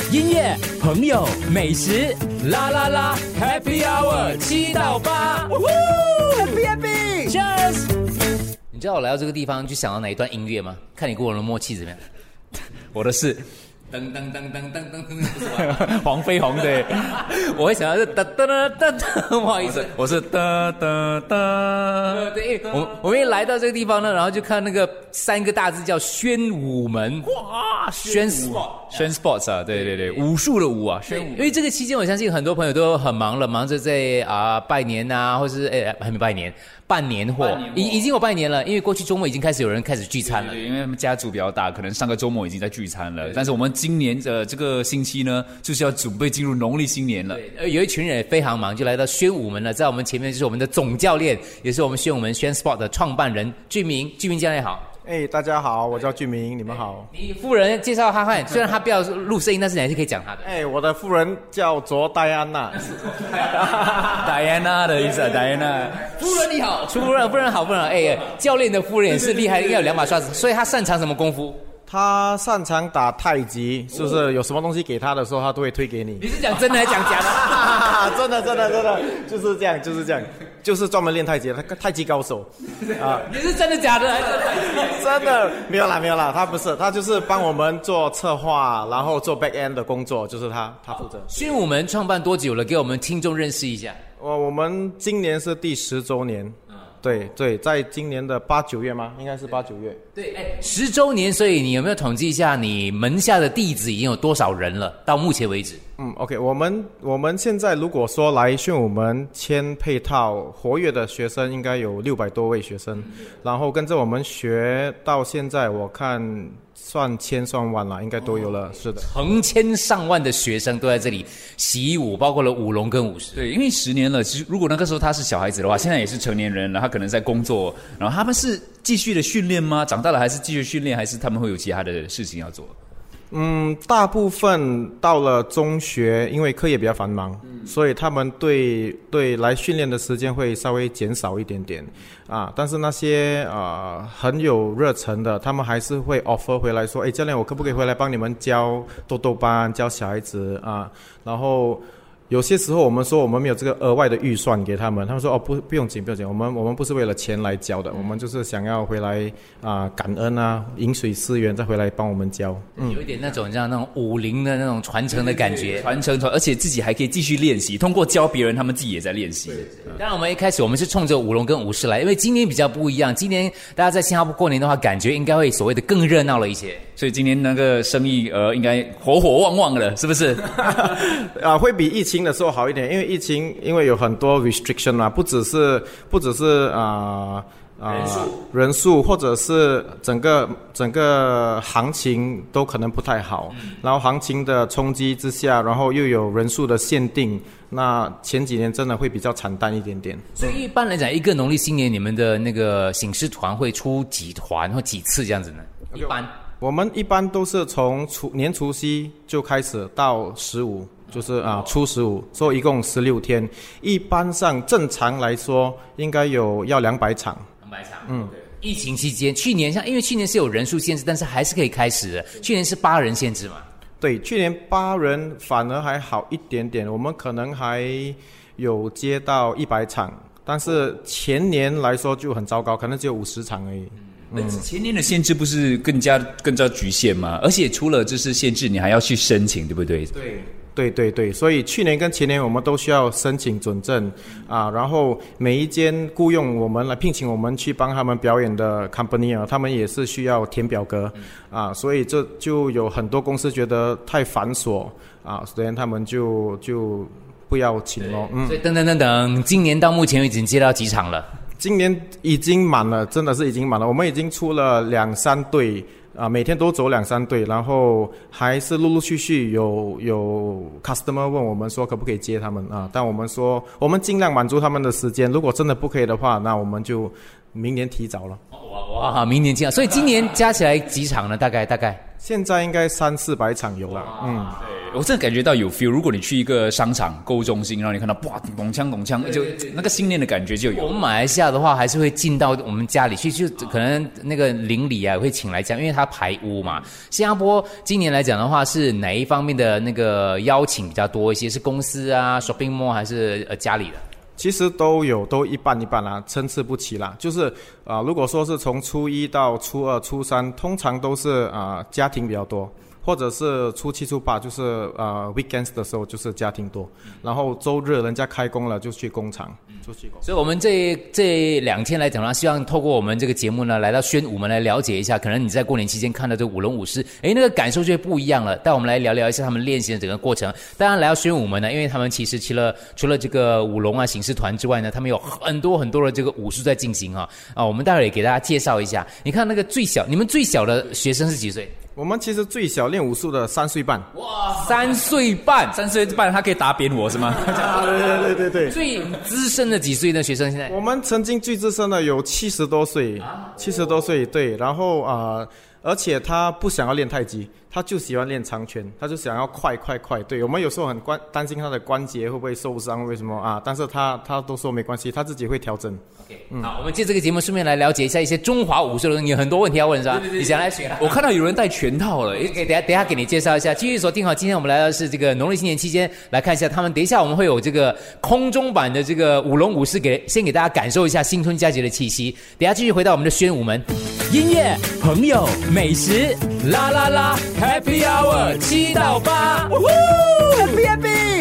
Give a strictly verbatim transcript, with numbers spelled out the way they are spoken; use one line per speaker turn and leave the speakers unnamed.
音乐、朋友、美食，啦啦啦 ，Happy Hour 七到八 ，Happy Happy，Cheers！ 你知道我来到这个地方就想到哪一段音乐吗？看你跟我的默契怎么样？
我的是
噔噔噔噔噔噔噔，
黄飞鸿的，
我会想到是哒哒哒哒哒，不好意思，
我是哒哒哒。
对，我我们一来到这个地方呢，然后就看那个三个大字叫宣武门，
哇，
宣 sport，
宣 sports 啊，对对对，武术的武啊，宣武。
因为这个期间，我相信很多朋友都很忙了，忙着在啊、呃、拜年啊，或是哎还没拜年。办年货，已已经有拜年了，因为过去周末已经开始有人开始聚餐了。
对，因为他们家族比较大，可能上个周末已经在聚餐了。但是我们今年的这个星期呢，就是要准备进入农历新年了。
对，有一群人也非常忙，就来到宣武门了。在我们前面就是我们的总教练，也是我们宣武门宣 Sport 的创办人俊明。俊明教练好。
哎，大家好，我叫俊明，你们好。
你夫人介绍他看，虽然他不要录声音，但是你还是可以讲他的。
哎，我的夫人叫做戴安娜。
戴安娜的意思啊，戴安娜。
夫人你好，夫人夫人好，夫人好。哎，教练的夫人也是厉害，应该有两把刷子，所以他擅长什么功夫？
他擅长打太极，是不是？有什么东西给他的时候，他都会推给你。
你是讲真的还是讲假的？
真的，真的，真的，就是这样，就是这样，就是专门练太极，他太极高手啊。
你是真的假的还是？
真的没有啦，没有啦，他不是，他就是帮我们做策划，然后做 back end 的工作，就是他，他负责。
宣武门创办多久了？给我们听众认识一下。
我我们今年是第十周年。对对，在今年的八九月吗？应该是八九月。
对，哎，十周年，所以你有没有统计一下你门下的弟子已经有多少人了？到目前为止。
嗯 ，OK， 我们我们现在如果说来宣武门签配套活跃的学生，应该有六百多位学生，嗯、然后跟着我们学到现在，我看算千算万了，应该都有了。哦、是的，
成千上万的学生都在这里习武，包括了舞龙跟舞狮。
对，因为十年了，其实如果那个时候他是小孩子的话，现在也是成年人了，他可能在工作，然后他们是继续的训练吗？长大了还是继续训练，还是他们会有其他的事情要做？
嗯，大部分到了中学，因为课业比较繁忙，嗯、所以他们对对来训练的时间会稍微减少一点点啊。但是那些呃很有热忱的，他们还是会 offer 回来说，哎，教练，我可不可以回来帮你们教豆豆班，教小孩子啊？然后有些时候我们说我们没有这个额外的预算给他们，他们说哦不不用紧不用紧，我们我们不是为了钱来教的，我们就是想要回来啊、呃、感恩啊，饮水思源，再回来帮我们教。
嗯，有一点那种像那种武林的那种传承的感觉，
传承传，而且自己还可以继续练习，通过教别人，他们自己也在练习。
当然，我们一开始我们是冲着舞龙跟舞狮来，因为今年比较不一样，今年大家在新加坡过年的话，感觉应该会所谓的更热闹了一些。
所以今年那个生意呃应该火火旺旺了，是不是？
啊，会比疫情的时候好一点，因为疫情因为有很多 restriction 嘛，不只是不只是啊啊、呃、人数人数，或者是整个整个行情都可能不太好。嗯、然后行情的冲击之下，然后又有人数的限定，那前几年真的会比较惨淡一点点。
所以一般来讲，一个农历新年，你们的那个醒狮团会出几团或几次这样子呢？一般。
我们一般都是从除年除夕就开始到十五，就是啊初十五，所以一共十六天。一般上正常来说，应该有要两百场。
两百场，嗯。疫情期间，去年像因为去年是有人数限制，但是还是可以开始的。去年是八人限制嘛？
对，去年八人反而还好一点点，我们可能还有接到一百场，但是前年来说就很糟糕，可能只有五十场而已。
嗯，前年的限制不是更加更加局限吗？而且除了就是限制，你还要去申请，对不对？
对，对对对，所以去年跟前年我们都需要申请准证啊，然后每一间雇佣我们来聘请我们去帮他们表演的 company 啊，他们也是需要填表格啊，所以这就有很多公司觉得太繁琐啊，所以他们就就不要请咯。嗯，
所以等等等等，今年到目前为止已经接到几场了？
今年已经满了，真的是已经满了。我们已经出了两三队啊，每天都走两三队，然后还是陆陆续续有有 customer 问我们说可不可以接他们啊？但我们说我们尽量满足他们的时间，如果真的不可以的话，那我们就明年提早了。
哇哇，明年提早，所以今年加起来几场呢？大概大概
现在应该三四百场有了，嗯。
对。 我真的感觉到有 feel。如果你去一个商场、购物中心，然后你看到哇，咚锵咚锵，就那个新年的感觉就有。
我们马来西亚的话，还是会进到我们家里去，就可能那个邻里啊会请来讲，因为它排污嘛。新加坡今年来讲的话，是哪一方面的那个邀请比较多一些？是公司啊、shopping mall 还是呃家里的？
其实都有，都一半一半啦，参差不齐啦。就是啊、呃，如果说是从初一到初二、初三，通常都是啊、呃、家庭比较多，或者是初七、初八，就是呃 weekends 的时候就是家庭多，然后周日人家开工了就去工厂，就去工。
所以我们这这两天来讲呢，希望透过我们这个节目呢，来到宣武门来了解一下，可能你在过年期间看到这舞龙舞狮，诶，那个感受就会不一样了。带我们来聊聊一下他们练习的整个过程。当然来到宣武门呢，因为他们其实除了除了这个舞龙啊、醒狮团之外呢，他们有很多很多的这个武术在进行啊啊，我们待会儿也给大家介绍一下。你看那个最小，你们最小的学生是几岁？
我们其实最小练武术的三岁半。
哇，三岁半，
三岁半他可以打扁我是吗？
啊，对对对对对。
最资深的几岁的学生现在？
我们曾经最资深的有七十多岁，七十多岁对，然后啊、呃，而且他不想要练太极，他就喜欢练长拳，他就想要快快快。对，我们有时候很关担心他的关节会不会受伤，为什么啊？但是他他都说没关系，他自己会调整。
OK，嗯，好，我们借这个节目顺便来了解一下一些中华武术的东西，有很多问题要问是吧？对对对，你想来学？
我看到有人戴拳套了，
诶，等下等下给你介绍一下。继续锁定好，今天我们来到的是这个农历新年期间，来看一下他们。等一下我们会有这个空中版的这个舞龙舞狮，给先给大家感受一下新春佳节的气息。等下继续回到我们的宣武门，音乐、朋友、美食，啦啦啦 ，Happy Hour 七到八 ，Happy Happy。